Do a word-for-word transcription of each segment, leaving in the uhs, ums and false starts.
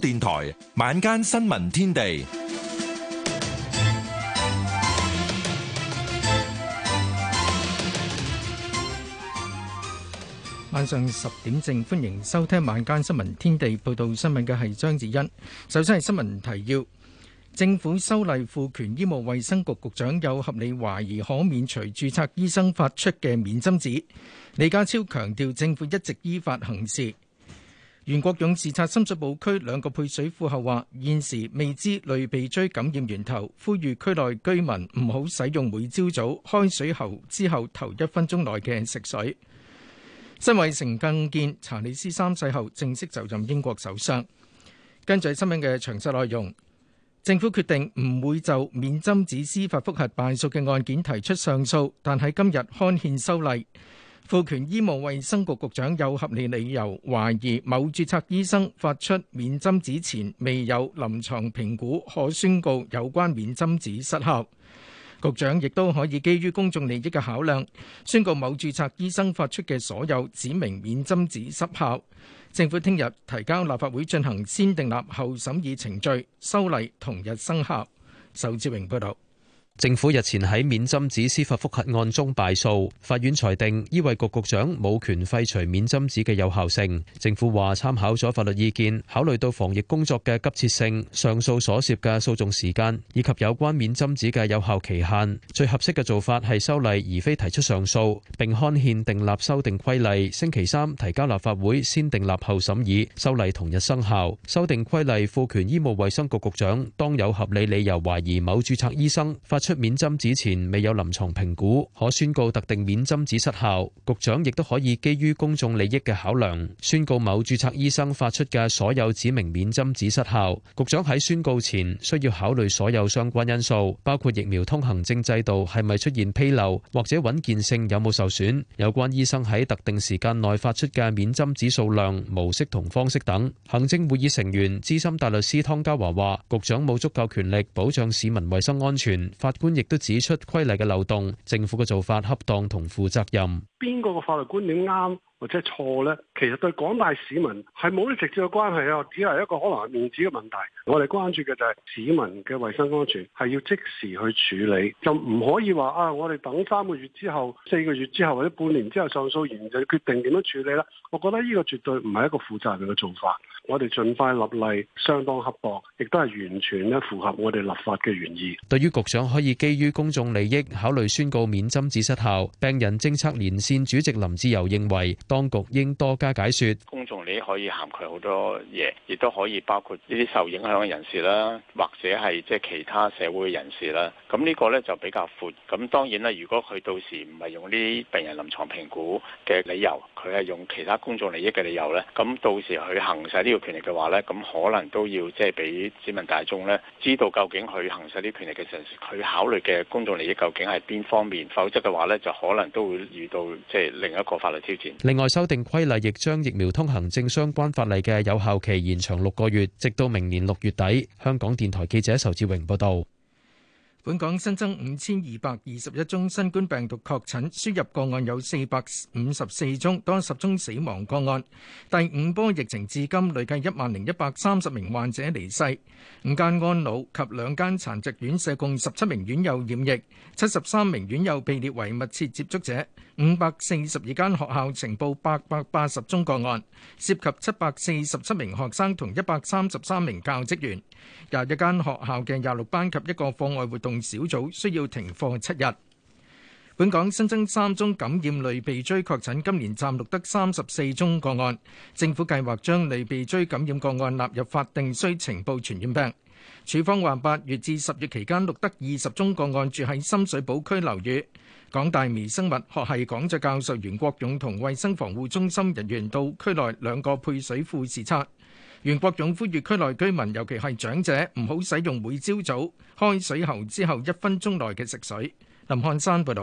電台晚間新聞天地， 晚上十點正，歡迎收聽晚間新聞天地。報道新聞嘅係張子欣。首先係新聞提要：政府修例賦權醫務衛生局局長有合理懷疑可免除註冊醫生發出嘅免針紙。李家超強調政府一直依法行事。袁國勇視察深水埗區兩個配水庫後話，現時未知類鼻疽感染源頭，呼籲區內居民唔好使用每朝早開水喉之後頭一分鐘內嘅食水。辛偉誠更見查理斯三世後正式就任英國首相。跟住新聞嘅詳細內容，政府決定唔會就免針紙司法覆核敗訴嘅案件提出上訴，但喺今日刊憲修例，賦權醫務衛生局局長有合理理由懷疑某註冊醫生發出免針紙前未有臨床評估，可宣告有關免針紙失效。局長亦都可以基於公眾利益嘅考量，宣告某註冊醫生發出嘅所有指明免針紙失效。政府聽日提交立法會進行先訂立後審議程序，修例同日生效。仇志榮報導。 政府日前喺免針紙司法覆核案中敗訴，法院裁定醫衛局局長冇權廢除免針紙嘅有效性。政府話參考咗法律意見，考慮到防疫工作嘅急切性、上訴所涉嘅訴訟時間以及有關免針紙嘅有效期限，最合適嘅做法係修例而非提出上訴，並刊憲訂立修訂規例，星期三提交立法會先訂立後審議，修例同日生效。修訂規例賦權醫務衛生局局長當有合理理由懷疑某註冊醫生發出免針紙前未有臨床評估，可宣告特定免針紙失效。局長亦都可以基於公眾利益嘅考量，宣告某註冊醫生發出嘅所有指明免針紙失效。局長喺宣告前需要考慮所有相關因素，包括疫苗通行證制度係咪出現紕漏，或者穩健性有冇受損，有關醫生喺特定時間內發出嘅免針紙數量、模式同方式等。行政會議成員資深大律師湯家驊話，局長冇足夠權力保障市民衛生安全，法官亦都指出規例嘅漏洞，政府嘅做法恰當同負責任。 邊個嘅法律觀點啱或者錯呢？其實對廣大市民係冇啲直接嘅關係啊，只係一個可能係面子嘅問題。我哋關注嘅就係市民嘅衛生安全，係要即時去處理，就唔可以話啊，我哋等三個月之後、四個月之後或者半年之後上訴完就決定點樣處理啦。我覺得呢個絕對唔係一個負責任嘅做法。我哋盡快立例相當恰當，亦都係完全咧符合我哋立法嘅原意。 對於局長可以基於公眾利益考慮宣告免針紙失效，病人政策連線主席林志釉認為，當局應多加解說。 公眾利益可以涵蓋好多嘢，亦都可以包括呢啲受影響嘅人士啦，或者係即係其他社會人士啦。咁呢個咧就比較闊。咁當然啦，如果佢到時唔係用呢啲病人臨床評估嘅理由，佢係用其他公眾利益嘅理由咧，咁到時佢行使呢個權力嘅話咧，咁可能都要即係俾市民大眾咧知道究竟佢行使呢啲權力嘅時候，佢考慮嘅公眾利益究竟係邊方面，否則嘅話咧就可能都會遇到即係另一個法律挑戰。 另外，修訂規例亦將疫苗通行證相關法例嘅有效期延長六個月，直到明年六月底。香港電台記者仇志榮報道。 本港新增五千二百二十一宗新冠病毒確診，輸入個案有四百五十四宗，多十宗死亡個案。第五波疫情至今累計一萬零一百三十名患者離世。五間安老及兩間殘疾院舍共十七名院友染疫，七十三名院友被列為密切接觸者。五百四十二間學校呈報八百八十宗個案，涉及七百四十七名學生同一百三十三名教職員。廿一間學校嘅廿六班及一個課外活動小組需要停課七日。本港新增三宗感染類鼻疽確診，今年暫錄得三十四宗個案。政府計劃將類鼻疽感染個案納入法定須呈報傳染病。署方話八月至十月期間錄得二十宗個案，住喺深水埗區樓宇。港大微生物學系講座教授袁國勇同衛生防護中心人員到區內兩個配水庫視察。袁國勇呼籲區內居民，尤其係長者，唔好使用每朝早開水喉之後一分鐘內嘅食水。林漢山報導。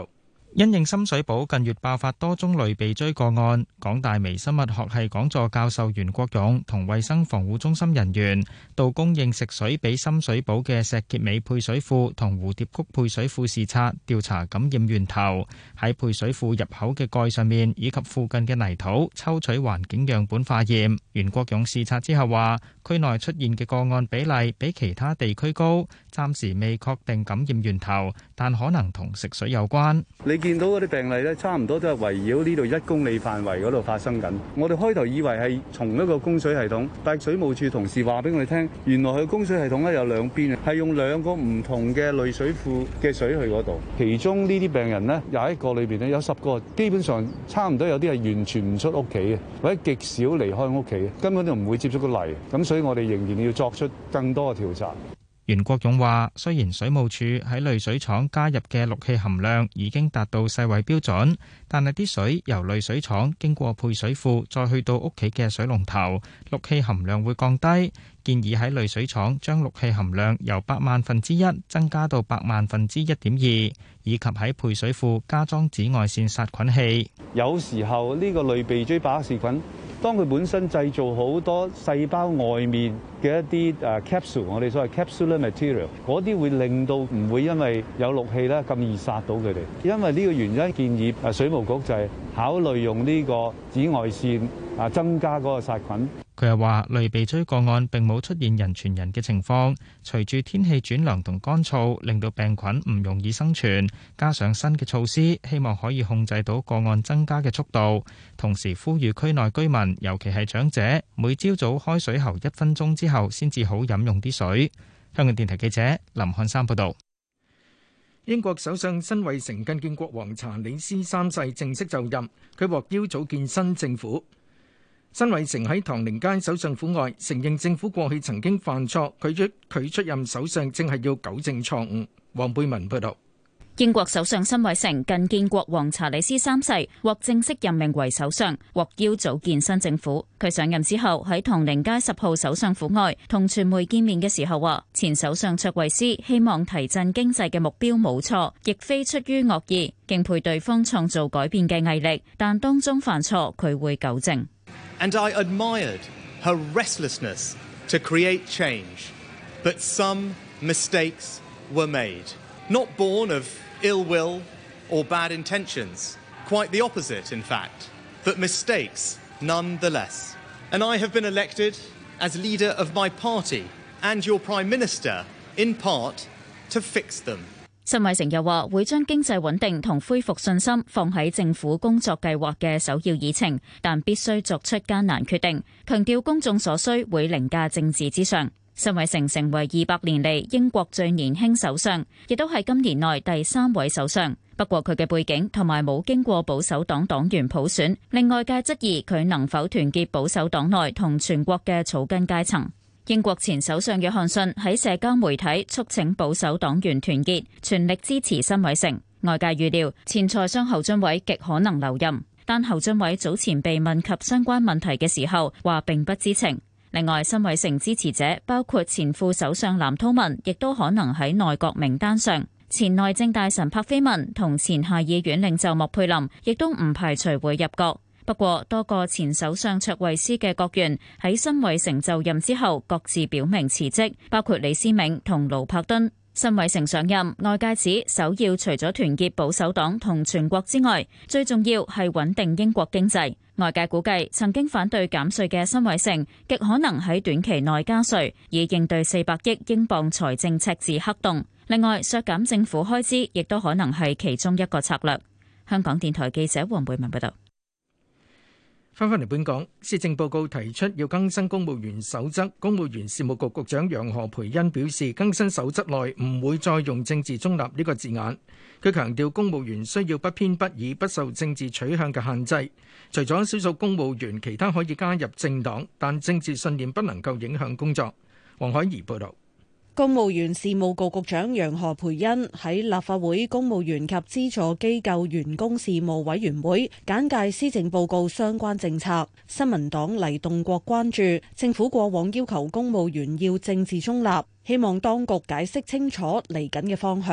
因應深水埗近月爆發多宗類鼻疽個案，港大微生物學系講座教授袁國勇同衛生防護中心人員到供應食水俾深水埗嘅石硤尾配水庫同蝴蝶谷配水庫視察，調查感染源頭。喺配水庫入口嘅蓋上面以及附近嘅泥土抽取環境樣本化驗。袁國勇視察之後話，區內出現嘅個案比例比其他地區高，暫時未確定感染源頭，但可能同食水有關。 你見到嗰啲病例咧，差唔多都係圍繞呢度一公里範圍嗰度發生緊。我哋開頭以為係從一個供水系統，但係水務署同事話俾我哋聽，原來佢供水系統咧有兩邊，係用兩個唔同嘅濾水庫嘅水去嗰度。其中呢啲病人呢，廿一個裏邊咧有十個，基本上差唔多有啲係完全唔出屋企嘅，或者極少離開屋企，根本就唔會接觸到泥。咁所以我哋仍然要作出更多嘅調查。 袁國勇話：雖然水務署喺濾水廠加入嘅氯氣含量已經達到世衛標準，但係啲水由濾水廠經過配水庫再去到屋企嘅水龍頭，氯氣含量會降低。建議喺濾水廠將氯氣含量由百萬分之一增加到百萬分之一點二，以及喺配水庫加裝紫外線殺菌器。 有時候呢個類鼻疽伯克氏菌，當佢本身製造好多細胞外面嘅一啲誒 capsule， 我哋所謂 capsular material， 嗰啲會令到唔會因為有氯氣咧咁易殺到佢哋。因為呢個原因，建議誒水務局就係考慮用呢個紫外線啊增加嗰個殺菌。 佢又話：類鼻疽個案並冇出現人傳人嘅情況，隨住天氣轉涼同乾燥，令到病菌唔容易生存。加上新嘅措施，希望可以控制到個案增加嘅速度。同時呼籲區內居民，尤其係長者，每朝早開水喉一分鐘之後先至好飲用啲水。香港電台記者林漢山報導。 英國首相辛偉誠覲見國王查理斯三世正式就任，佢獲邀組建新政府。辛偉誠喺唐寧街首相府外承認政府過去曾經犯錯，佢出佢出任首相正係要糾正錯誤。黃貝文報道。 英國首相辛偉誠覲見國王查理斯三世，獲正式任命為首相，獲邀組建新政府。佢上任之後喺唐寧街十號首相府外同傳媒見面嘅時候話，前首相卓慧思希望提振經濟嘅目標冇錯，亦非出於惡意，敬佩對方創造改變嘅毅力，但當中犯錯佢會糾正。 And I admired her restlessness to create change, but some mistakes were made, not born of ill will or bad intentions. Quite the opposite, in fact, but mistakes nonetheless. And I have been elected as leader of my party and your Prime Minister, in part, to fix them. 辛偉誠又話會將經濟穩定同恢復信心放喺政府工作計劃嘅首要議程，但必須作出艱難決定，強調公眾所需會凌駕政治之上。辛偉誠成為二百年嚟英國最年輕首相，亦都係今年內第三位首相。不過佢嘅背景同埋冇經過保守黨黨員普選，令外界質疑佢能否團結保守黨內同全國嘅草根階層。英國前首相約翰遜喺社交媒體促請保守黨員團結，全力支持辛偉誠。外界預料前財相侯俊偉極可能留任，但侯俊偉早前被問及相關問題嘅時候，話並不知情。另外，辛偉誠支持者包括前副首相藍韜文，亦都可能喺內閣名單上。前內政大臣柏菲文同前下議院領袖莫佩林，亦都唔排除會入閣。不過，多個前首相卓慧思嘅閣員喺辛偉誠就任之後，各自表明辭職，包括李思銘同盧柏敦。辛偉誠上任，外界指首要除咗團結保守黨同全國之外，最重要係穩定英國經濟。外界估計，曾經反對減稅嘅辛偉誠，極可能喺短期內加稅，以應對四百億英鎊財政赤字黑洞。另外，削減政府開支，亦都可能係其中一個策略。香港電台記者黃貝文報道。 翻返嚟本港，施政報告提出要更新公務員守則，公務員事務局局長楊何蓓茵表示，更新守則內唔會再用政治中立呢個字眼。佢強調公務員需要不偏不倚、不受政治取向嘅限制。除咗少數公務員，其他可以加入政黨，但政治信念不能夠影響工作。黃海怡報導。 公務員事務局局長楊何蓓茵喺立法會公務員及資助機構員工事務委員會簡介施政報告相關政策。新民黨黎棟國關注政府過往要求公務員要政治中立，希望當局解釋清楚嚟緊嘅方向。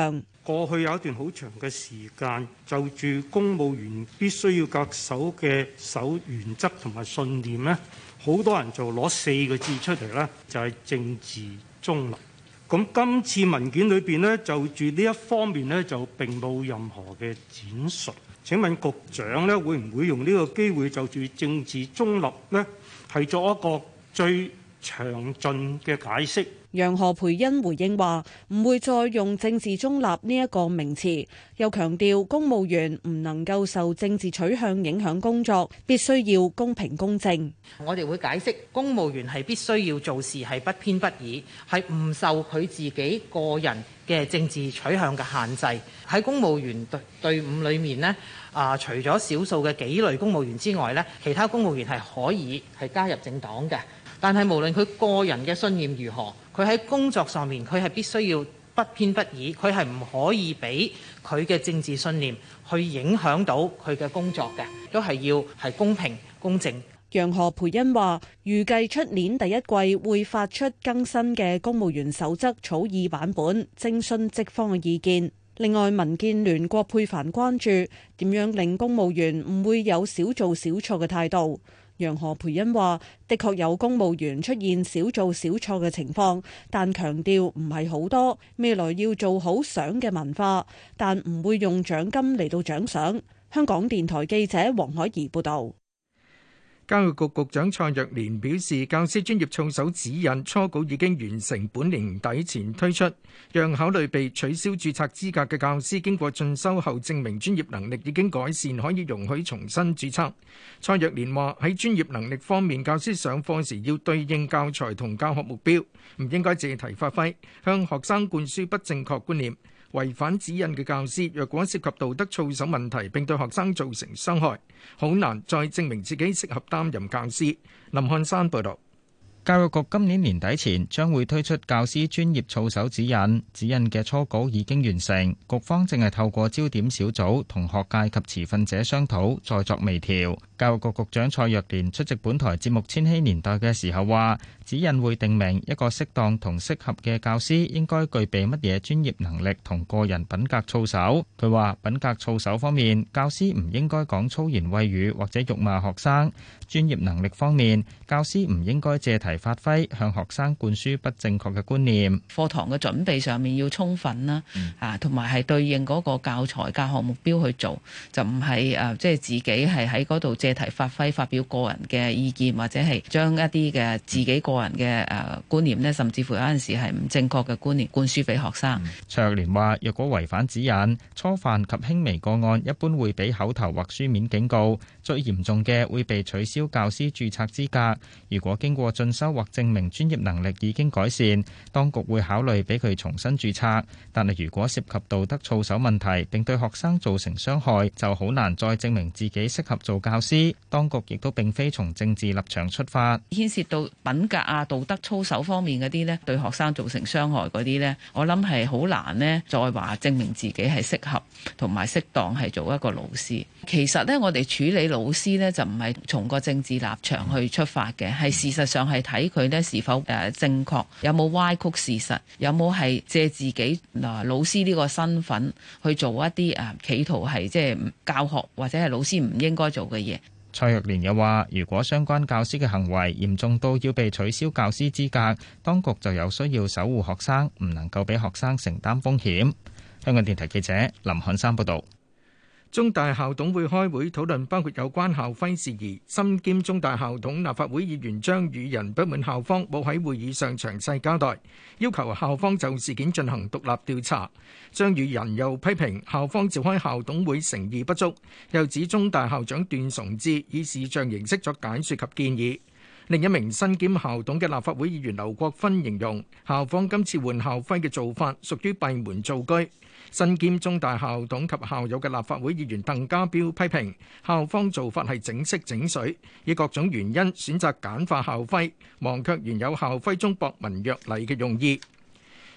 過去有一段好長嘅時間，就住公務員必須要恪守嘅守原則同埋信念呢，好多人就攞四個字出嚟啦，就係政治中立。咁今次文件裏邊呢，就住呢一方面呢，就並冇任何嘅展述。請問局長呢，會唔會用呢個機會就住政治中立呢，係作一個最詳盡嘅解釋？ 楊何蓓茵回應話：唔會再用政治中立呢一個名詞，又強調公務員唔能夠受政治取向影響工作，必須要公平公正。 我哋會解釋，公務員係必須要做事係不偏不倚，係唔受佢自己個人嘅政治取向嘅限制。喺公務員隊隊伍裏面呢，啊、呃，除咗少數嘅幾類公務員之外呢，其他公務員係可以係加入政黨嘅。但係無論佢個人嘅信念如何，佢喺工作上面佢係必須要不偏不倚，佢係唔可以俾佢嘅政治信念去影響到佢嘅工作嘅，都係要係公平公正。 楊何蓓茵話：預計出年第一季會發出更新嘅公務員守則草擬版本，徵詢職方嘅意見。另外，民建聯葛珮帆關注點樣令公務員唔會有少做少錯嘅態度。楊何蓓茵話：的確有公務員出現少做少錯嘅情況，但強調唔係好多。未來要做好賞嘅文化，但唔會用獎金嚟到獎賞。香港電台記者黃海怡報導。 教育局局長蔡若蓮表示，教師專業操守指引初稿已經完成，本年底前推出，讓考慮被取消註冊資格嘅教師經過進修後證明專業能力已經改善，可以容許重新註冊。蔡若蓮話：喺專業能力方面，教師上課時要對應教材同教學目標，唔應該借題發揮，向學生灌輸不正確觀念。違反指引嘅教師，若果涉及道德操守問題並對學生造成傷害，好難再證明自己適合擔任教師。林漢山報導。 教育局今年年底前將會推出教師專業操守指引，指引嘅初稿已經完成，局方正係透過焦點小組同學界及持份者商討，再作微調。教育局局長蔡若蓮出席本台節目《千禧年代》嘅時候話，指引會定明一個適當同適合嘅教師應該具備乜嘢專業能力同個人品格操守。佢話品格操守方面，教師唔應該講粗言穢語或者辱罵學生；專業能力方面，教師唔應該借題發揮，向學生灌輸不正確嘅觀念。 課堂嘅準備上面要充分啦，啊，同埋係對應嗰個教材教學目標去做，就唔係誒即係自己係喺嗰度借題發揮，發表個人嘅意見，或者係將一啲嘅自己個人嘅誒觀念呢，甚至乎有陣時係唔正確嘅觀念灌輸俾學生。 蔡若蓮話：若果違反指引，初犯及輕微個案一般會俾口頭或書面警告，最嚴重嘅會被取消教師註冊資格。如果經過進修或證明專業能力已經改善，當局會考慮俾佢重新註冊。但係如果涉及道德操守問題並對學生造成傷害，就好難再證明自己適合做教師。當局亦都並非從政治立場出發， 牽涉到品格啊、道德操守方面嗰啲呢，對學生造成傷害嗰啲呢，我諗係好難呢再話證明自己係適合同埋適當係做一個老師。其實呢，我哋處理老師呢，就唔係從個政治立場去出發嘅，係事實上係睇佢呢是否誒正確，有冇歪曲事實，有冇係借自己嗱老師呢個身份去做一啲誒企圖係即係教學或者係老師唔應該做嘅嘢。 蔡若蓮又話，如果相關教師嘅行為嚴重到要被取消教師資格，當局就有需要守護學生，唔能夠俾學生承擔風險。香港電台記者林漢山報道。 中大校董會開會討論包括有關校徽事宜，身兼中大校董立法會議員張宇人不滿校方冇喺會議上詳細交代，要求校方就事件進行獨立調查。張宇人又批評校方召開校董會誠意不足，又指中大校長段崇智以視像形式作解說及建議。另一名身兼校董嘅立法會議員劉國勳形容校方今次換校徽嘅做法屬於閉門造車。身兼中大校董及校友嘅立法會議員鄧家彪批評校方做法係整色整水，以各種原因選擇簡化校徽，忘卻原有校徽中博文約禮嘅用意。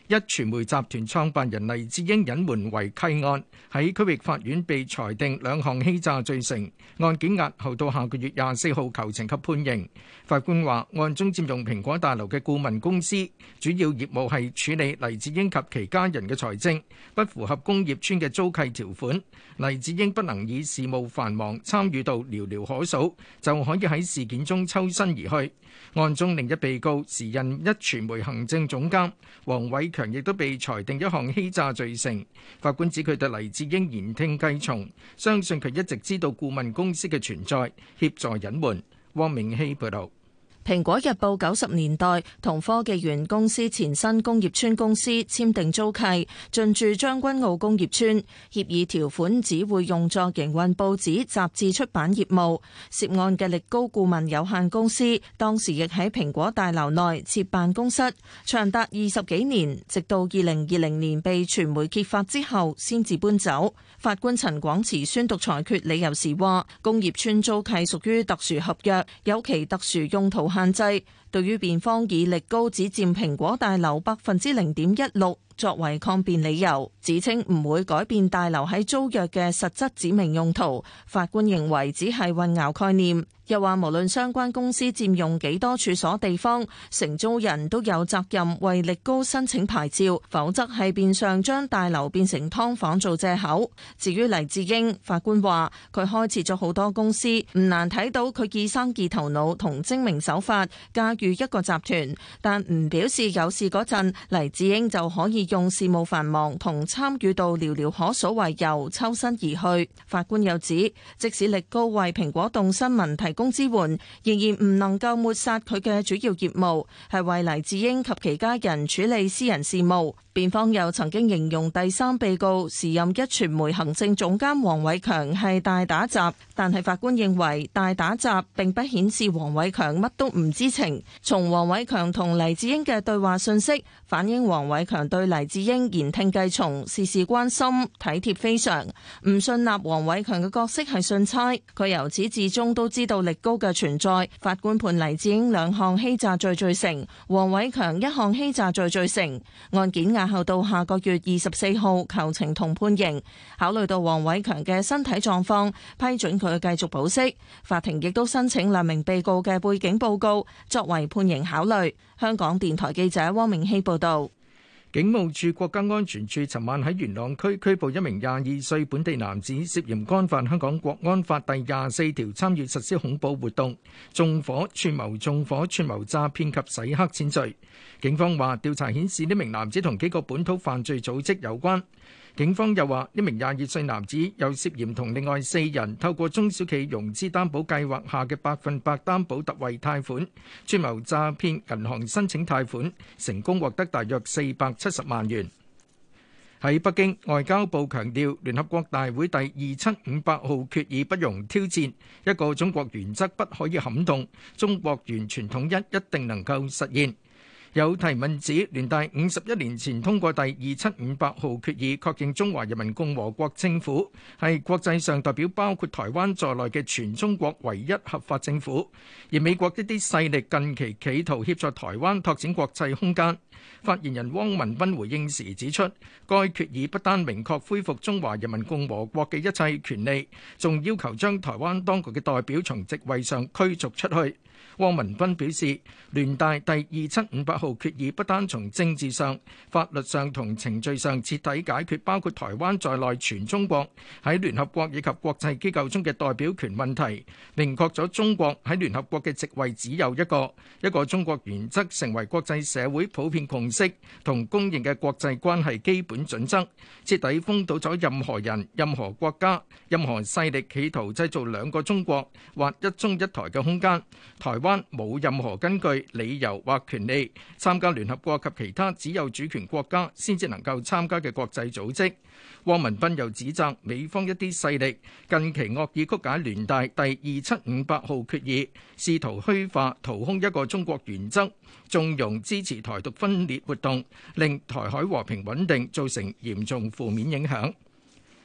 一傳媒集團創辦人黎智英隱瞞違契案喺區域法院被裁定兩項欺詐罪成，案件押後到下個月廿四號求情及判刑。法官話，案中佔用蘋果大樓嘅顧問公司主要業務係處理黎智英及其家人嘅財政，不符合工業村嘅租契條款。黎智英不能以事務繁忙參與度寥寥可數就可以喺事件中抽身而去。案中另一被告時任一傳媒行政總監黃偉強亦都被裁定一項欺詐罪成。法官指佢對黎智英言聽計從，相信佢一直知道顧問公司嘅存在，協助隱瞞。汪明希報導。 蘋果日報九十年代同科技園公司前身工業村公司簽訂租契，進駐將軍澳工業村，協議條款只會用作營運報紙、雜誌出版業務。涉案嘅力高顧問有限公司當時亦喺蘋果大樓內設辦公室，長達二十幾年，直到二零二零年被傳媒揭發之後先至搬走。法官陳廣慈宣讀裁決理由時話，工業村租契屬於特殊合約，有其特殊用途限制。對於辯方以力高只佔蘋果大樓百分之零點一六作為抗辯理由，指稱唔會改變大樓喺租約嘅實質指明用途。法官認為只係混淆概念，又話無論相關公司佔用幾多處所地方，承租人都有責任為力高申請牌照，否則係變相將大樓變成劏房做藉口。至於黎智英，法官話佢開設咗好多公司，唔難睇到佢以生意頭腦同精明手法駕馭一個集團，但唔表示有事嗰陣黎智英就可以用事務繁忙同參與度寥寥可數為由抽身而去。法官又指，即使力高為蘋果動新聞提供支援，仍然唔能夠抹殺佢嘅主要業務係為黎智英及其家人處理私人事務。辯方又曾經形容第三被告時任一傳媒行政總監黃偉強係大打雜，但係法官認為大打雜並不顯示黃偉強乜都唔知情。從黃偉強同黎智英嘅對話信息反映，黃偉強對黎智英言聽計從，事事關心，體貼非常。唔信納黃偉強嘅角色係信差，佢由始至終都知道力高嘅存在。法官判黎智英兩項欺詐罪罪成，黃偉強一項欺詐罪罪成。案件押後到下個月二十四號求情同判刑。考慮到黃偉強嘅身體狀況，批准佢繼續保釋。法庭亦都申請兩名被告嘅背景報告作為判刑考慮。香港電台記者汪明希報道。 警務處國家安全處尋晚喺元朗區拘捕一名廿二歲本地男子，涉嫌干犯香港國安法第廿四條，參與實施恐怖活動、縱火、串謀縱火、串謀詐騙及洗黑錢罪。警方話調查顯示呢名男子同幾個本土犯罪組織有關。警方又話呢名廿二歲男子有涉嫌同另外四人透過中小企融資擔保計劃下嘅百分百擔保特惠貸款，串謀詐騙銀行申請貸款，成功獲得大約四百七十萬元。喺北京，外交部強調聯合國大會第二七五八號決議不容挑戰，一個中國原則不可以撼動，中國完全統一一定能夠實現。有提問指，聯大五十一年前通過第二七五八號決議，確認中華人民共和國政府係國際上代表包括台灣在內嘅全中國唯一合法政府。而美國一啲勢力近期企圖協助台灣拓展國際空間。發言人汪文斌回應時指出，該決議不單明確恢復中華人民共和國嘅一切權利，仲要求將台灣當局嘅代表從職位上驅逐出去。汪文斌表示，聯大第二七五八號決議不單從政治上、法律上同程序上徹底解決包括台灣在內全中國喺聯合國以及國際機構中嘅代表權問題，明確咗中國喺聯合國嘅席位只有一個，一個中國原則成為國際社會普遍共識同公認嘅國際關係基本準則，徹底封堵咗任何人、任何國家、任何勢力企圖製造兩個中國或一中一台嘅空間。台灣冇任何根據、理由或權利參加聯合國及其他只有主權國家先至能夠參加嘅國際組織。汪文斌又指責美方一啲勢力近期惡意曲解聯大第二七五八號決議，試圖虛化、掏空一個中國原則，縱容支持台獨分裂活動，令台海和平穩定造成嚴重負面影響。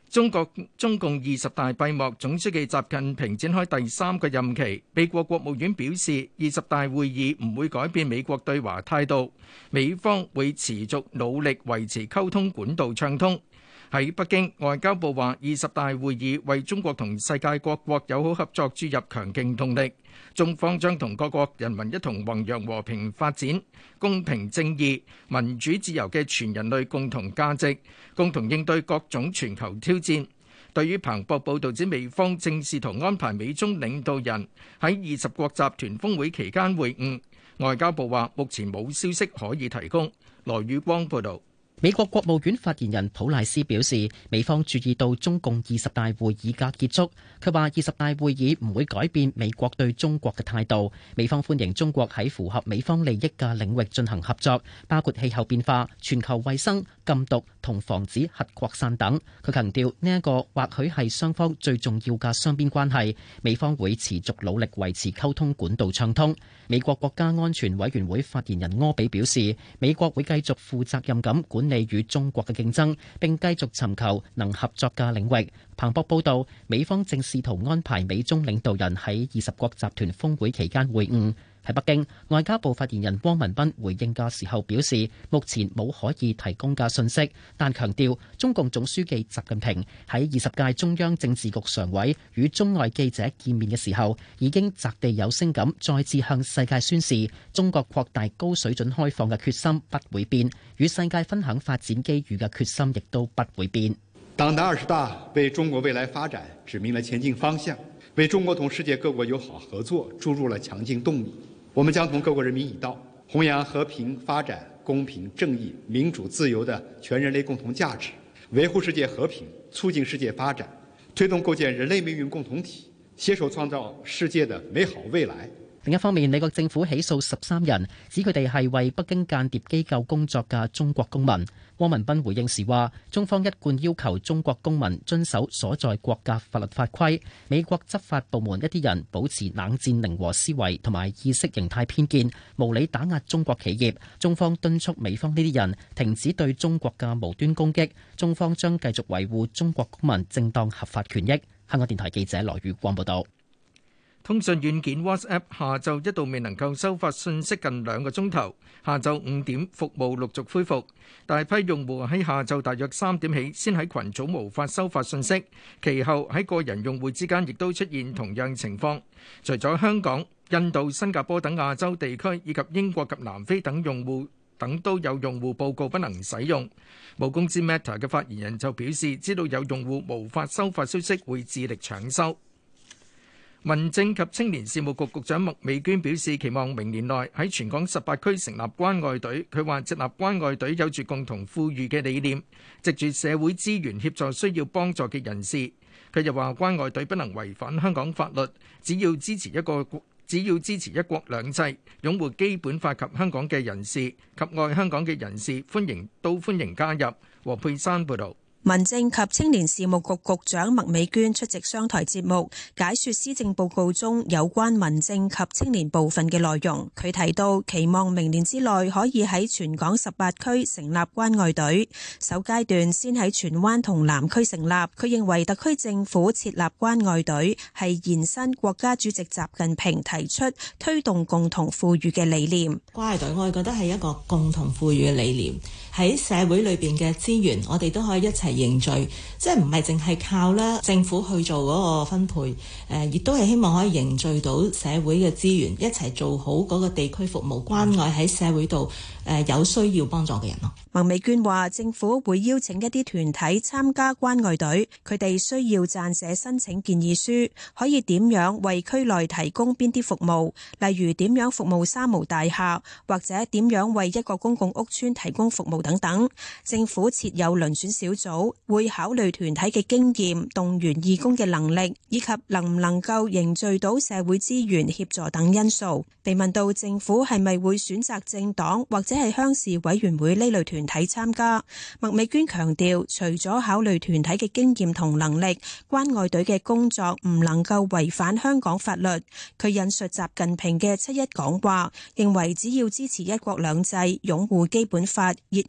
中國中共二十大閉幕，總書記習近平展開第三個任期。美國國務院表示，二十大會議唔會改變美國對華態度，美方會持續努力維持溝通管道暢通。喺北京，外交部話，二十大會議為中國同世界各國友好合作注入強勁動力，中方將同各國人民一同弘揚和平發展、公平正義、民主自由嘅全人類共同價值，共同應對各種全球挑戰。對於彭博報導指美方正試圖安排美中領導人喺二十國集團峰會期間會晤，外交部話目前冇消息可以提供。羅宇光報導。 美國國務院發言人普賴斯表示，美方注意到中共二十大會議嘅結束。佢話二十大會議唔會改變美國對中國嘅態度，美方歡迎中國喺符合美方利益嘅領域進行合作，包括氣候變化、全球衛生、禁毒同防止核擴散等。佢強調呢一個或許係雙方最重要嘅雙邊關係，美方會持續努力維持溝通管道暢通。美國國家安全委員會發言人柯比表示，美國會繼續負責任咁管理與中國嘅競爭，並繼續尋求能合作嘅領域。彭博報道，美方正試圖安排美中領導人喺二十國集團峰會期間會晤。喺北京，外交部發言人汪文斌回應嘅時候表示，目前冇可以提供嘅信息，但強調中共總書記習近平喺二十屆中央政治局常委與中外記者見面嘅時候，已經擲地有聲咁再次向世界宣示，中國擴大高水準開放嘅決心不會變，與世界分享發展機遇嘅決心亦都不會變。 黨的二十大為中國未來發展指明了前進方向，為中國同世界各國友好合作注入了強勁動力。我們將同各國人民一道，弘揚和平發展、公平正義、民主自由的全人類共同價值，維護世界和平，促進世界發展，推動構建人類命運共同體，攜手創造世界的美好未來。 另一方面，美國政府起訴十三人，指佢哋係為北京間諜機構工作嘅中國公民。汪文斌回應時話，中方一貫要求中國公民遵守所在國嘅法律法規，美國執法部門一啲人保持冷戰零和思維同埋意識形態偏見，無理打壓中國企業。中方敦促美方呢啲人停止對中國嘅無端攻擊，中方將繼續維護中國公民正當合法權益。香港電台記者羅宇光報道。 通訊軟件 WhatsApp 下晝一度未能夠收發信息近兩個鐘頭，下晝五點服務陸續恢復。大批用戶喺下晝大約三點起先喺群組無法收發信息，其後喺個人用戶之間亦都出現同樣情況。除咗香港、印度、新加坡等亞洲地區以及英國及南非等用戶等都有用戶報告不能使用。母公司 Meta 嘅發言人就表示，知道有用戶無法收發消息，會致力搶修。民政及青年事務局局長麥美娟表示，期望明年內喺全港十八區成立關愛隊。佢話設立關愛隊有住共同富裕嘅理念，藉住社會資源協助需要幫助嘅人士。佢又話關愛隊不能違反香港法律，只要支持一個只要支持一國兩制、擁護基本法及香港嘅人士及愛香港嘅人士，歡迎都歡迎加入。黃佩珊報導。 民政及青年事務局局長麥美娟出席商台節目，解說施政報告中有關民政及青年部分嘅內容。佢提到，期望明年之內可以喺全港十八區成立關愛隊，首階段先喺荃灣同南區成立。佢認為特區政府設立關愛隊係延伸國家主席習近平提出推動共同富裕嘅理念。 關愛隊我哋覺得係一個共同富裕嘅理念，喺社會裏邊嘅資源，我哋都可以一齊凝聚，即係唔係淨係靠咧政府去做嗰個分配，誒，亦都係希望可以凝聚到社會嘅資源，一齊做好嗰個地區服務，關愛喺社會度誒有需要幫助嘅人咯。 麥美娟話，政府會邀請一啲團體參加關愛隊，佢哋需要撰寫申請建議書，可以點樣為區內提供邊啲服務，例如點樣服務三無大廈，或者點樣為一個公共屋邨提供服務等等。政府設有遴選小組，會考慮團體嘅經驗、動員義工嘅能力，以及能唔能夠凝聚到社會資源協助等因素。被問到政府係咪會選擇政黨或者係鄉事委員會呢類團體參加，麥美娟強調，除咗考慮團體嘅經驗同能力，關愛隊嘅工作唔能夠違反香港法律。佢引述習近平嘅七一講話，認為只要支持一國兩制、擁護基本法、熱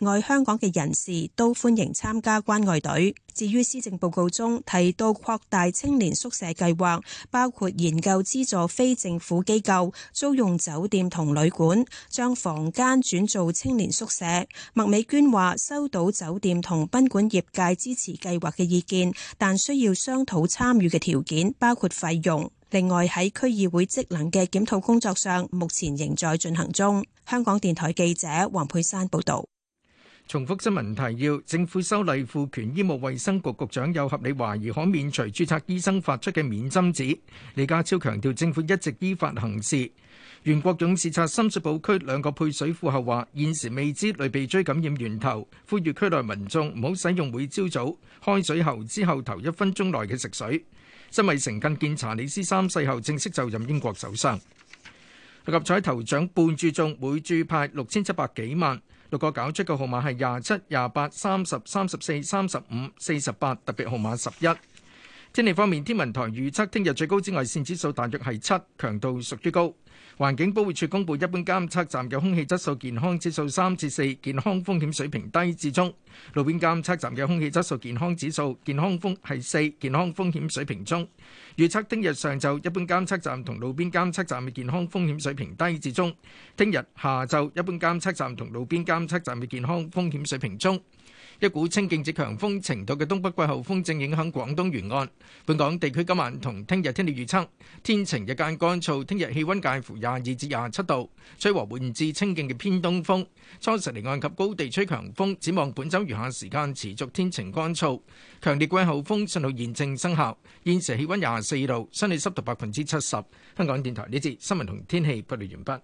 愛香港嘅人士都歡迎參加關愛隊。至於施政報告中提到擴大青年宿舍計劃，包括研究資助非政府機構租用酒店同旅館，將房間轉做青年宿舍。麥美娟話收到酒店同賓館業界支持計劃嘅意見，但需要商討參與嘅條件，包括費用。另外喺區議會職能嘅檢討工作上，目前仍在進行中。香港電台記者黃佩珊報導。 重複新聞提要：政府修例賦權醫務衛生局局長有合理懷疑可免除註冊醫生發出嘅免針紙。李家超強調政府一直依法行事。袁國勇視察深水埗區兩個配水庫後話，現時未知類鼻疽感染源頭，呼籲區內民眾唔好使用每朝早開水喉之後頭一分鐘內嘅食水。辛偉誠覲見查理斯三世後正式就任英國首相。六合彩頭獎半注中，每注派六千七百幾萬。六個搞出嘅號碼係廿七、廿八、三十、三十四、三十五、四十八，特別號碼十一。天氣方面，天文台預測聽日最高紫外線指數大約係七，強度屬於高。環境保護署公布一般監測站嘅空氣質素健康指數三至四，健康風險水平低至中；路邊監測站嘅空氣質素健康指數健康風係四，健康風險水平中。預測聽日上晝一般監測站同路邊監測站嘅健康風險水平低至中；聽日下晝一般監測站同路邊監測站嘅健康風險水平中。一股清勁至強風程度嘅東北季候風正影響廣東沿岸。本港地區今晚同聽日天氣預測：天晴日間乾燥，聽日氣溫介乎廿二至廿七度，吹和緩至清勁嘅偏東風。初時離岸及高地吹強風。展望本週餘下時間持續天晴乾燥，強烈季候風信號現正生效。現時氣溫廿四度，相對濕度百分之七十。香港電台呢節新聞同天氣報道完畢。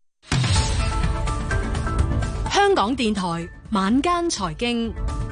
香港電台晚間財經，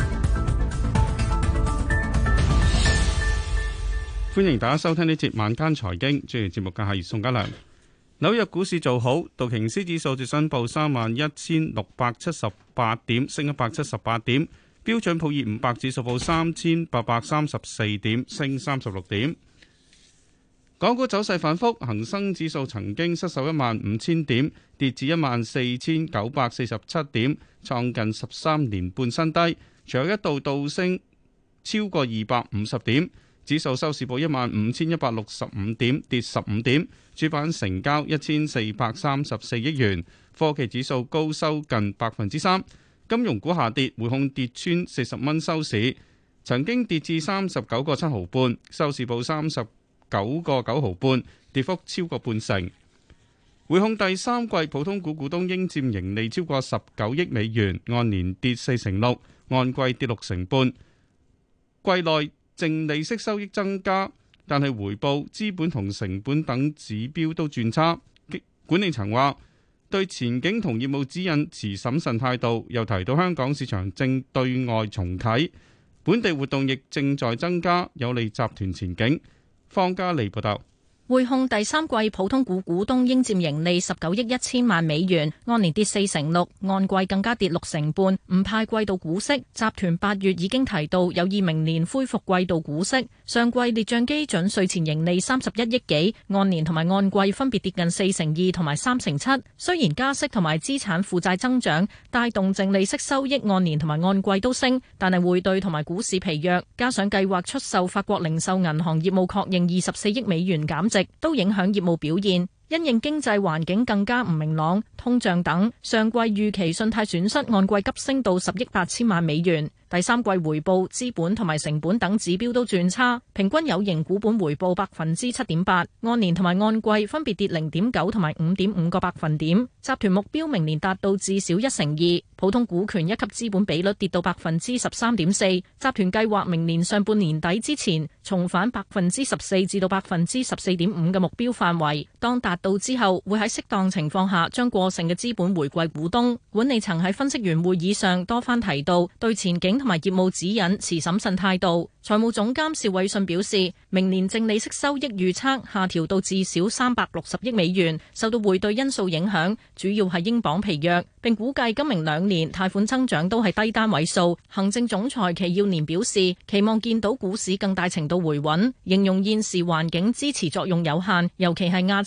歡迎大家收聽呢節晚間財經。主持節目嘅係宋家良。紐約股市做好，道瓊斯指數就申報三萬一千六百七十八點，升一百七十八點；標準普爾五百指數報三千八百三十四點，升三十六點。港股走勢反覆，恒生指數曾經失守一萬五千點，跌至一萬四千九百四十七點，創近十三年半新低。隨後一度倒升超過二百五十點，指數收市報一萬五千一百六十五點，跌十五點。主板成交一千四百三十四億元，科技指數高收近百分之三。金融股下跌，匯控跌穿四十蚊收市，曾經跌至三十九個七毫半，收市報三十九個九毫半，跌幅超過半成。匯控第三季普通股股東應佔盈利超過十九億美元，按年跌四成六，按季跌六成半。季內淨利息收益增加，但係回報、資本同成本等指標都轉差。管理層話對前景同業務指引持審慎態度，又提到香港市場正對外重啟，本地活動亦正在增加，有利集團前景。方嘉利報道。 匯控第三季普通股股東應佔盈利十九億一千萬美元，按年跌四成六，按季更加跌六成半，唔派季度股息。集團八月已經提到有意明年恢復季度股息。上季列賬基準稅前盈利三十一億幾，按年同埋按季分別跌近四成二同埋三成七。雖然加息同埋資產負債增長帶動淨利息收益按年同埋按季都升，但係匯兌同埋股市疲弱，加上計劃出售法國零售銀行業務確認二十四億美元減值，都影響業務表現。因應經濟環境更加唔明朗、通脹等，上季預期信貸損失按季急升到十億八千萬美元。第三季回報、資本同埋成本等指標都轉差，平均有形股本回報百分之七點八，按年同埋按季分別跌零點九同埋五點五個百分點。集團目標明年達到至少一成二，普通股權一級資本比率跌到百分之十三點四。集團計劃明年上半年底之前重返百分之十四至到百分之十四點五嘅目標範圍。當達到之後，會喺適當情況下將過剩嘅資本回饋股東。管理層喺分析員會議上多番提到對前景同埋業務指引持審慎態度。財務總監邵偉信表示，明年淨利息收益預測下調到至少三百六十億美元，受到匯兌因素影響，主要係英鎊疲弱，並估計今明兩年貸款增長都係低單位數。行政總裁祁耀年表示，期望見到股市更大程度回穩，形容現時環境支持作用有限，尤其係亞洲。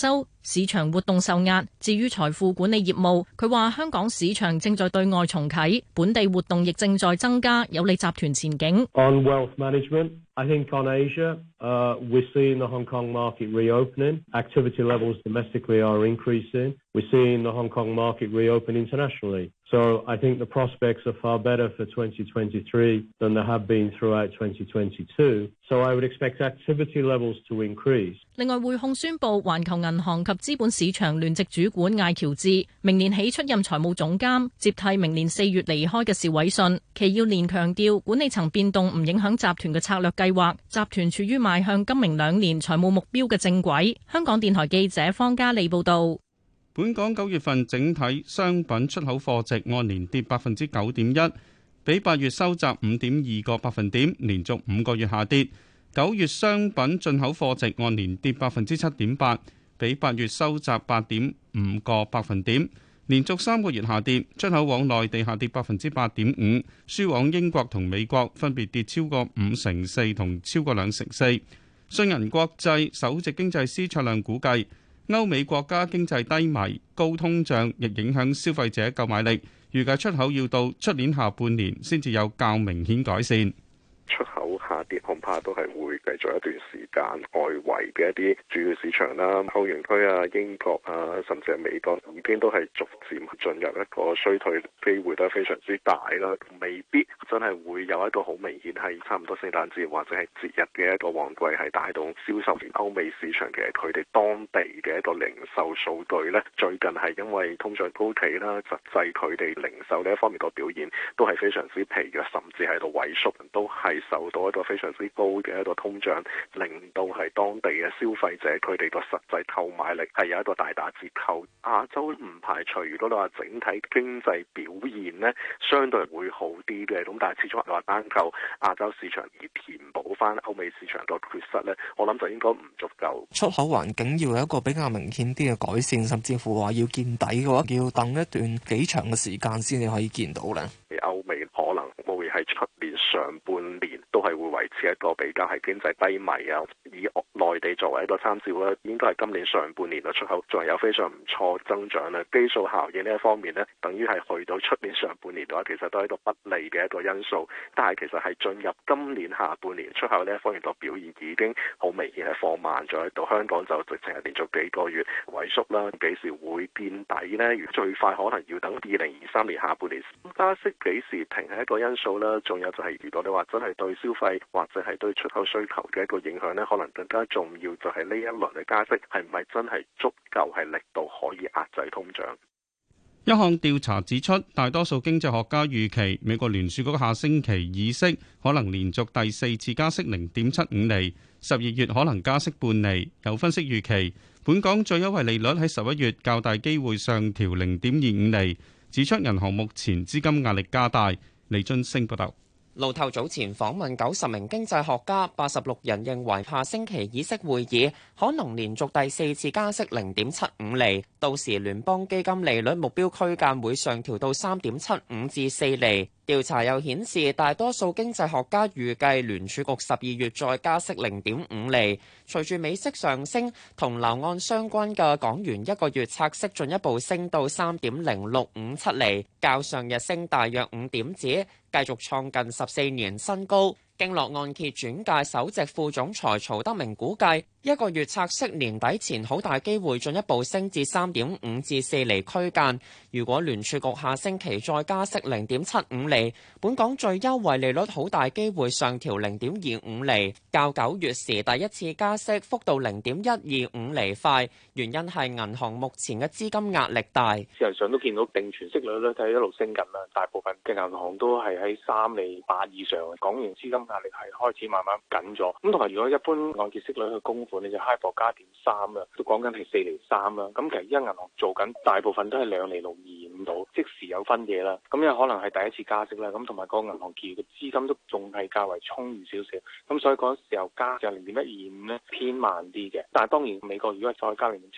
市場活動受壓。至於財富管理業務，佢話香港市場正在對外重啟，本地活動亦正在增加，有利集團前景。 On wealth management, I think on Asia, uh, we're seeing the Hong Kong market reopening. Activity levels domestically are increasing. We're seeing the Hong Kong market reopen internationally. So I think the prospects are far better for twenty twenty-three than they have been throughout twenty twenty-two. So I would expect activity levels to increase. 另外，匯控宣布，環球銀行及資本市場聯席主管艾喬治明年起出任財務總監，接替明年四月離開嘅邵偉信。祁耀年強調，管理層變動唔影響集團嘅策略計劃，集團處於邁向今明兩年財務目標嘅正軌。香港電台記者方嘉利報導。 本港九月份整體商品出口貨值按年跌百分之九點一，比八月收窄五點二個百分點，連續五個月下跌。九月商品進口貨值按年跌百分之七點八，比八月收窄八點五個百分點，連續三個月下跌。出口往內地下跌百分之八點五，輸往英國同美國分別跌超過五成四同超過兩成四。信銀國際首席經濟師卓亮估計，歐美國家經濟低迷，高通脹亦影響消費者購買力，預計出口要到出年下半年先至有較明顯改善。 出口下跌恐怕都係會繼續一段時間，外圍嘅一啲主要市場啦，歐元區啊、英國啊，甚至係美國已經都係逐漸進入一個衰退，機會都係非常之大啦。未必真係會有一個好明顯係差唔多聖誕節或者係節日嘅一個旺季係帶動銷售。歐美市場其實佢哋當地嘅一個零售數據呢，最近係因為通脹高企啦，實際佢哋零售呢一方面個表現都係非常之疲弱，甚至喺度萎縮，都係受到一個非常之高嘅一個通脹，令到係當地嘅消費者佢哋個實際購買力係有一個大打折扣。亞洲唔排除如果你話整體經濟表現呢，相對會好啲嘅，咁但係始終話單靠亞洲市場而填補翻歐美市場個缺失呢，我諗就應該唔足夠。 出口環境要有一個比較明顯啲嘅改善，甚至乎話要見底嘅話，要等一段幾長嘅時間先至可以見到咧。 歐美可能會係出年上半年都係會維持一個比較係經濟低迷啊，以內地作為一個參照啦，應該係今年上半年嘅出口仲係有非常唔錯增長啦。基數效應呢一方面呢，等於係去到出年上半年嘅話，其實都係一個不利嘅一個因素。但係其實係進入今年下半年出口呢一方面個表現已經好明顯係放慢咗喺度。香港就直情係連續幾個月萎縮啦，幾時會見底呢？最快可能要等二零二三年下半年。加息幾時停係一個因素啦，仲有就係如果你話真係對消費或者係對出口需求嘅一個影響呢，可能更加重要就係呢一輪嘅加息係唔係真係足夠係力度可以壓制通脹。 一項調查指出，大多數經濟學家預期美國聯儲局下星期議息可能連續第四次加息零點七五厘，十二月可能加息半厘。有分析預期，本港最優惠利率喺十一月較大機會上調零點二五厘，指出銀行目前資金壓力加大。李津升報道。 路透早前訪問九十名經濟學家，八十六人認為下星期議息會議可能連續第四次加息零點七五厘，到時聯邦基金利率目標區間會上調到三點七五至四厘。調查又顯示，大多數經濟學家預計聯儲局十二月再加息零點五厘。隨住美息上升，同樓按相關嘅港元一個月拆息進一步升到三點零六五七厘，較上日升大約五點子，繼續創近十四年新高。經絡按揭轉介首席副總裁曹德明估計，一個月拆息年底前好大機會進一步升至三點五至四厘區間。如果聯儲局下星期再加息零點七五厘，本港最優惠利率好大機會上調零點二五厘，較九月時第一次加息幅度零點一二五厘快。原因係銀行目前嘅資金壓力大。 事實上都見到定存息率咧係一路升緊啦，大部分嘅銀行都係喺三厘八以上，港元資金壓力係開始慢慢緊咗。咁同埋如果一般按揭息率去供款，你就 HIBOR 加點三啦，都講緊係四厘三啦。咁其實而家銀行做緊大部分都係兩厘六二五度，即時有分嘢啦。咁有可能係第一次加息啦，咁同埋個銀行結餘嘅資金都仲係較為充裕少少。咁所以嗰時候加就零點一二五咧偏慢啲嘅。但係當然美國如果係再加零點七五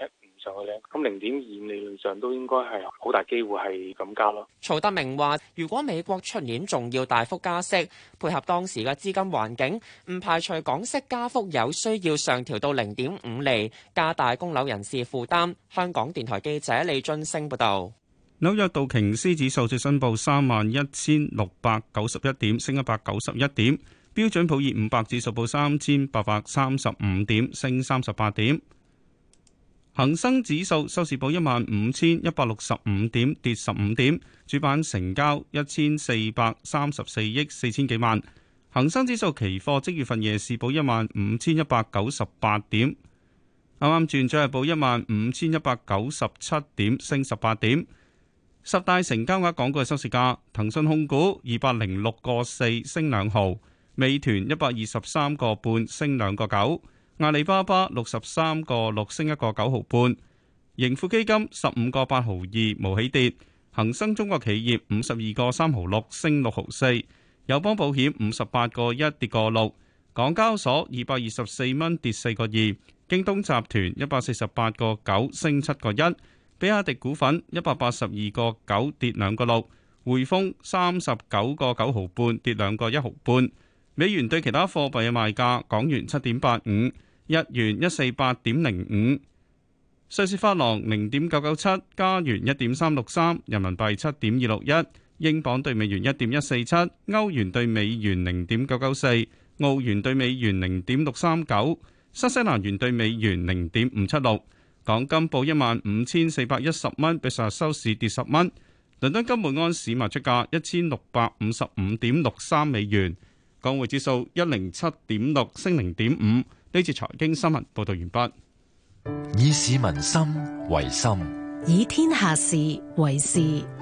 上去咧，咁零點二五理論上都應該係好大機會係咁加咯。 曹德明話，如果美國出年仲要大幅加息，配合當時嘅資金環境，唔排除港息加幅有需要上調到零點五厘，加大供樓人士負擔。香港電台記者李津升報道。 紐約道瓊斯指數最新報三萬一千六百九十一點，升一百九十一點。標準普爾五百指數報三千八百三十五點，升三十八點。恒生指數收市報一萬五千一百六十五點，跌十五點。主板成交一千四百三十四億四千幾萬。恒生指數期貨即月份夜市報一萬五千一百九十八點，啱啱轉咗係報一萬五千一百九十七點，升十八點。十大成交額港股嘅收市價：騰訊控股二百零六個四，升兩毫；美團一百二十三個半，升兩個九；阿里巴巴六十三個六，升一個九毫半；盈富基金十五個八毫二，無起跌；恒生中國企業五十二個三毫六，升六毫四；友邦保險五十八個一，跌個六；港交所二百二十四蚊，跌四個二；京東集團一百四十八個九，升七個一。比亞迪股份一百八十二個九，跌兩個六，匯豐三十九個九毫半，跌兩個一毫半。美元對其他貨幣嘅賣價：港元七點八五，日元一四八點零五，瑞士法郎零點九九七，加元一點三六三，人民幣七點二六一，英鎊對美元一點一四七，歐元對美元零點九九四，澳元對美元零點六三九，新西蘭元對美元零點五七六。港金報一萬五千四百一十蚊，比上日收市跌十蚊。倫敦金每安士賣出價一千六百五十五點六三美元。港匯指數一零七點六，升零點五。呢節財經新聞報道完畢。 以市民心為心， 以天下事為事。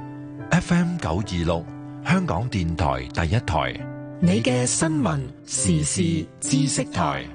F M 九二六，香港電台第一台， 你嘅新聞時事知識台。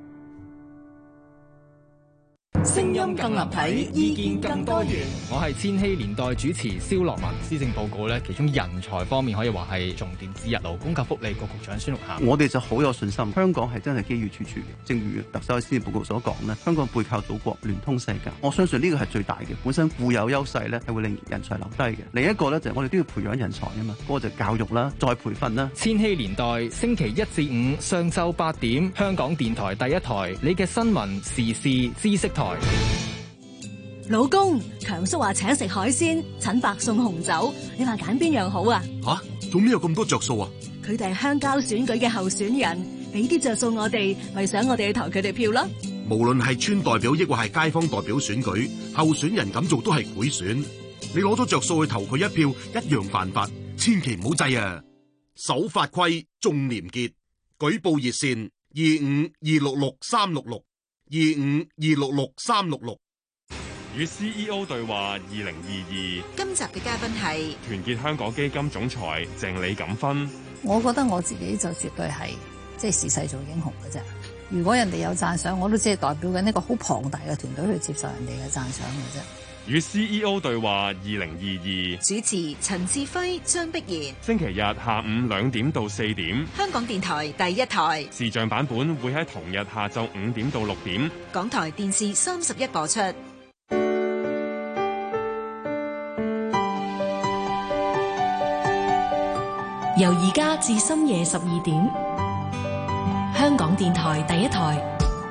聲音更立體，意見更多元。 我係千禧年代主持蕭樂文。施政報告咧，其中人才方面可以話係重點之一。勞工及福利局局長孫玉菡， 我哋就好有信心，香港係真係機遇處處嘅。正如特首喺施政報告所講咧，香港背靠祖國，聯通世界。我相信呢個係最大嘅，本身固有優勢咧，係會令人才留低嘅。另一個咧就係我哋都要培養人才啊嘛，嗰個就係教育啦，再培訓啦。 千禧年代星期一至五上晝八點，香港電台第一台，你嘅新聞時事知識台。 老公，強叔話請食海鮮，陳伯送紅酒，你話揀邊樣好啊？ 吓，做咩有咁多着數啊？ 佢哋係鄉郊選舉嘅候選人，俾啲着數我哋，咪想我哋去投佢哋票咯。 無論係村代表抑或係街坊代表選舉，候選人咁做都係賄選。你攞咗着數去投佢一票，一樣犯法，千祈唔好制啊！守法規，重廉潔，舉報熱線二五二六六三六六二五二六六三六六。 與 C E O 對話二零二二， 今集嘅嘉賓係團結香港基金總裁鄭李錦芬。 我覺得我自己就絕對係即係時勢做英雄嘅啫。如果人哋有讚賞，我都只係代表緊一個好龐大嘅團隊去接受人哋嘅讚賞嘅啫。 與 C E O 對話二零二二， 主持陳志輝、張碧然。 星期日下午兩點到四點， 香港電台第一台視像版本會喺同日下晝五點到六點， 港台電視三十一播出。 由而家至深夜十二點，香港電台第一台。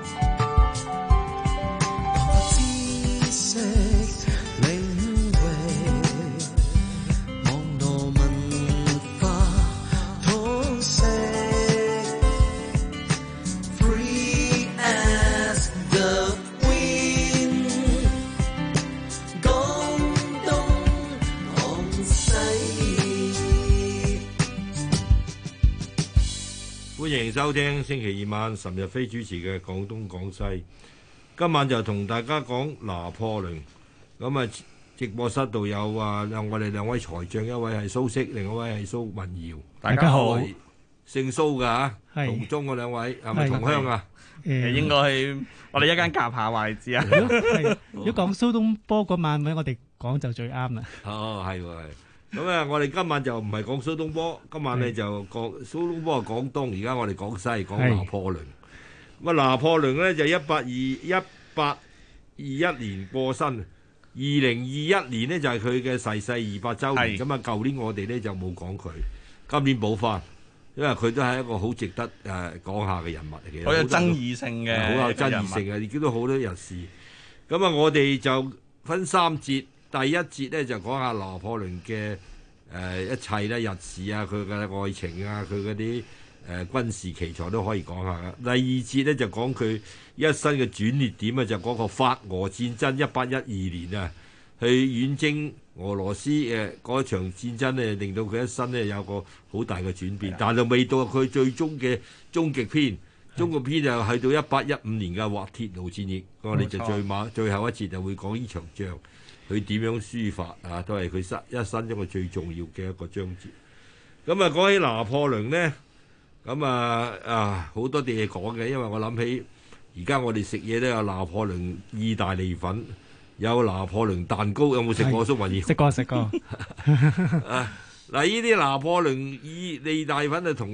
歡迎收聽星期二晚岑日飛主持嘅廣東廣西。今晚就同大家講拿破崙。咁啊，直播室度有啊，有我哋兩位財將，一位係蘇軾，另一位係蘇文堯。 大家好， 姓蘇噶嚇，同宗嗰兩位係咪同鄉啊？ 誒，應該係我哋一間夾下位置啊。 如果講蘇東坡嗰晚位，我哋講就最啱啦。 哦，係喎係。咁啊，我哋今晚就唔係講蘇東坡，今晚咧就講蘇東坡係廣東，而家我哋講西，講拿破崙。咁啊，拿破崙咧就一八二一八二二一年過身，二零二一年呢就係佢嘅逝世二百週年。咁啊，舊年我哋呢就冇講佢，今年補翻，因為佢都係一個好值得誒、呃、講下嘅人物嚟嘅， 好有爭議性嘅， 好有爭議性嘅，亦都好多人士。咁啊，我哋就分三節，第一節呢就講下拿破崙嘅誒一切咧，日事啊，佢嘅愛情啊，佢嗰啲誒軍事奇才都可以講下噶。第二節呢就講佢一生嘅轉捩點啊，就嗰個法俄戰爭一八一二年啊，去遠征俄羅斯誒嗰場戰爭呢，令到佢一生呢有個好大嘅轉變，但係未到佢最終嘅終極篇。中國篇就去到一八一五年嘅滑鐵盧戰役，我哋就最晚最後一節就會講呢場仗，佢點樣抒發啊，都係佢生一生一個最重要嘅一個章節。咁啊，講起拿破崙呢，咁啊啊好多啲嘢講嘅，因為我諗起而家我哋食嘢都有拿破崙意大利粉，有拿破崙蛋糕，有冇食過？蘇雲耀食過食過。 啊嗱，呢啲拿破崙意意大利粉就同